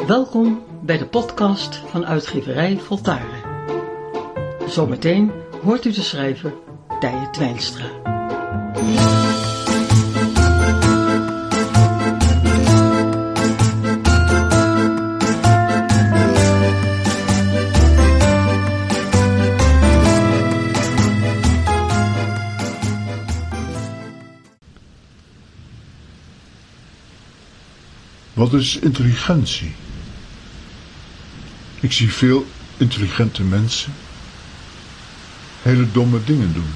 Welkom bij de podcast van uitgeverij Voltaren. Zometeen hoort u de schrijver Tije Twijnstra. Wat is intelligentie? Ik zie veel intelligente mensen hele domme dingen doen.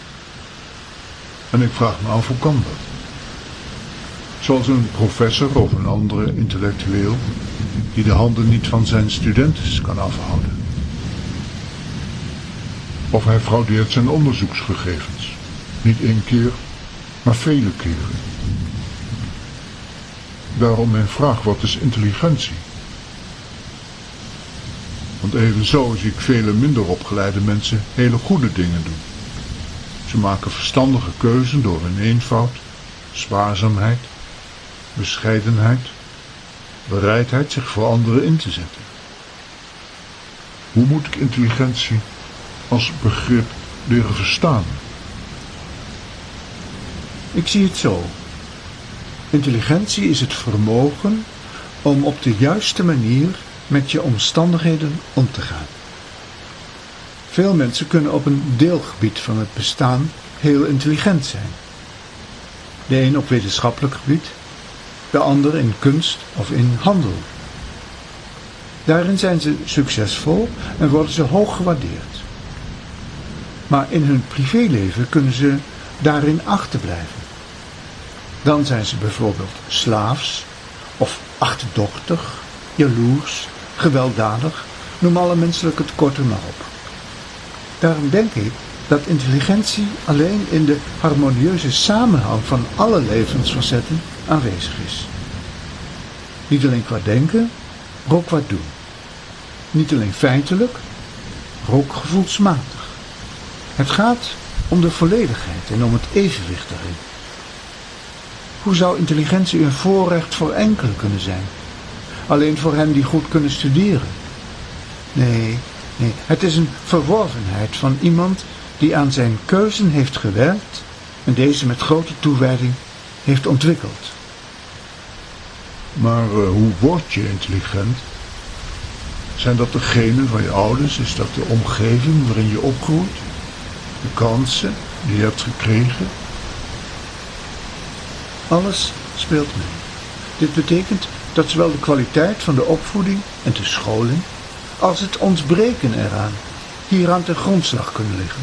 En ik vraag me af, hoe kan dat? Zoals een professor of een andere intellectueel die de handen niet van zijn studenten kan afhouden. Of hij fraudeert zijn onderzoeksgegevens. Niet één keer, maar vele keren. Daarom mijn vraag, wat is intelligentie? Want evenzo zie ik vele minder opgeleide mensen hele goede dingen doen. Ze maken verstandige keuzen door hun eenvoud, spaarzaamheid, bescheidenheid, bereidheid zich voor anderen in te zetten. Hoe moet ik intelligentie als begrip leren verstaan? Ik zie het zo. Intelligentie is het vermogen om op de juiste manier met je omstandigheden om te gaan. Veel mensen kunnen op een deelgebied van het bestaan heel intelligent zijn. De een op wetenschappelijk gebied, de ander in kunst of in handel. Daarin zijn ze succesvol en worden ze hoog gewaardeerd. Maar in hun privéleven kunnen ze daarin achterblijven. Dan zijn ze bijvoorbeeld slaafs of achterdochtig, jaloers, gewelddadig, noem alle menselijke tekorten maar op. Daarom denk ik dat intelligentie alleen in de harmonieuze samenhang van alle levensfacetten aanwezig is. Niet alleen qua denken, maar ook qua doen. Niet alleen feitelijk, maar ook gevoelsmatig. Het gaat om de volledigheid en om het evenwicht daarin. Hoe zou intelligentie een voorrecht voor enkelen kunnen zijn? Alleen voor hen die goed kunnen studeren? Nee, het is een verworvenheid van iemand die aan zijn keuzen heeft gewerkt en deze met grote toewijding heeft ontwikkeld. Maar hoe word je intelligent? Zijn dat de genen van je ouders? Is dat de omgeving waarin je opgroeit? De kansen die je hebt gekregen? Alles speelt mee. Dit betekent dat zowel de kwaliteit van de opvoeding en de scholing als het ontbreken eraan hieraan ten grondslag kunnen liggen.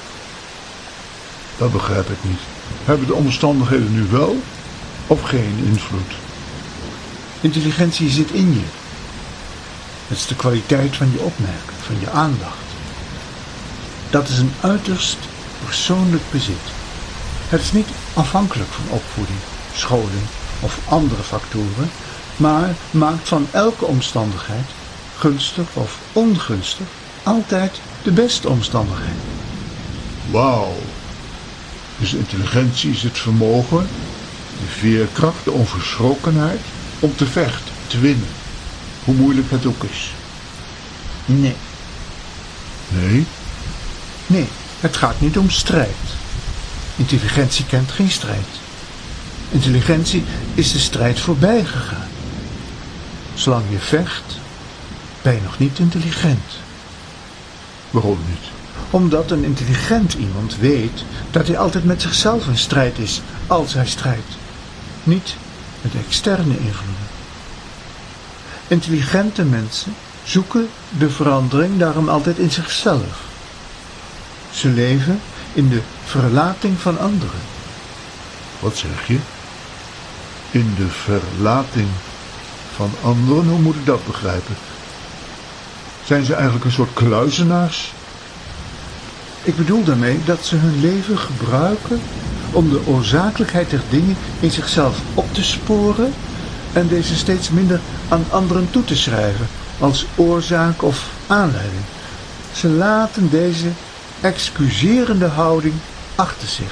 Dat begrijp ik niet. Hebben de omstandigheden nu wel of geen invloed? Intelligentie zit in je. Het is de kwaliteit van je opmerken, van je aandacht. Dat is een uiterst persoonlijk bezit. Het is niet afhankelijk van opvoeding, scholing of andere factoren, maar maakt van elke omstandigheid, gunstig of ongunstig, altijd de beste omstandigheid. Wauw. Dus intelligentie is het vermogen, de veerkracht, de onverschrokkenheid om te vechten, te winnen. Hoe moeilijk het ook is. Nee. Nee? Nee, het gaat niet om strijd. Intelligentie kent geen strijd. Intelligentie is de strijd voorbij gegaan. Zolang je vecht, ben je nog niet intelligent. Waarom niet? Omdat een intelligent iemand weet dat hij altijd met zichzelf in strijd is als hij strijdt. Niet met externe invloeden. Intelligente mensen zoeken de verandering daarom altijd in zichzelf. Ze leven in de verlating van anderen. Wat zeg je? In de verlating van anderen? Hoe moet ik dat begrijpen? Zijn ze eigenlijk een soort kluizenaars? Ik bedoel daarmee dat ze hun leven gebruiken om de oorzakelijkheid der dingen in zichzelf op te sporen en deze steeds minder aan anderen toe te schrijven als oorzaak of aanleiding. Ze laten deze excuserende houding achter zich.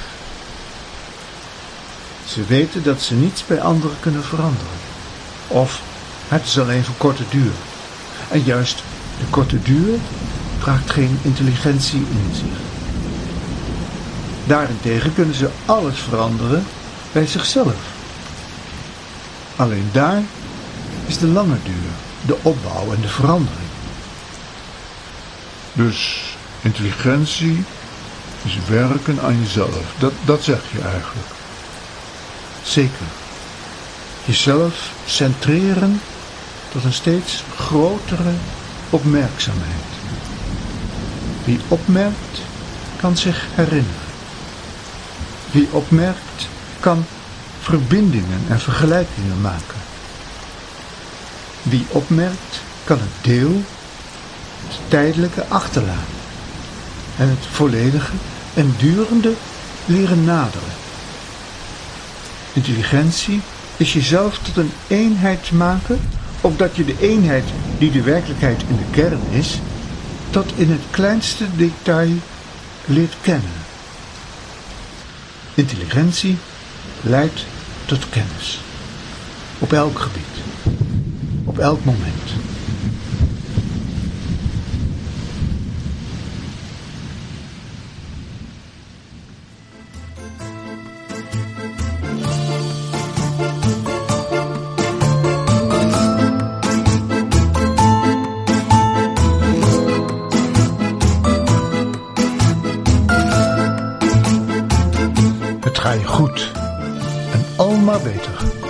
Ze weten dat ze niets bij anderen kunnen veranderen. Of Het is alleen van korte duur. En juist de korte duur draagt geen intelligentie in zich. Daarentegen kunnen ze alles veranderen bij zichzelf. Alleen daar is de lange duur, de opbouw en de verandering. Dus intelligentie is werken aan jezelf. Dat zeg je eigenlijk. Zeker. Jezelf centreren tot een steeds grotere opmerkzaamheid. Wie opmerkt, kan zich herinneren. Wie opmerkt, kan verbindingen en vergelijkingen maken. Wie opmerkt, kan het deel, het tijdelijke achterlaten en het volledige en durende leren naderen. Intelligentie is jezelf tot een eenheid maken, opdat je de eenheid die de werkelijkheid in de kern is, tot in het kleinste detail leert kennen. Intelligentie leidt tot kennis. Op elk gebied. Op elk moment. Het ga je goed en al maar beter.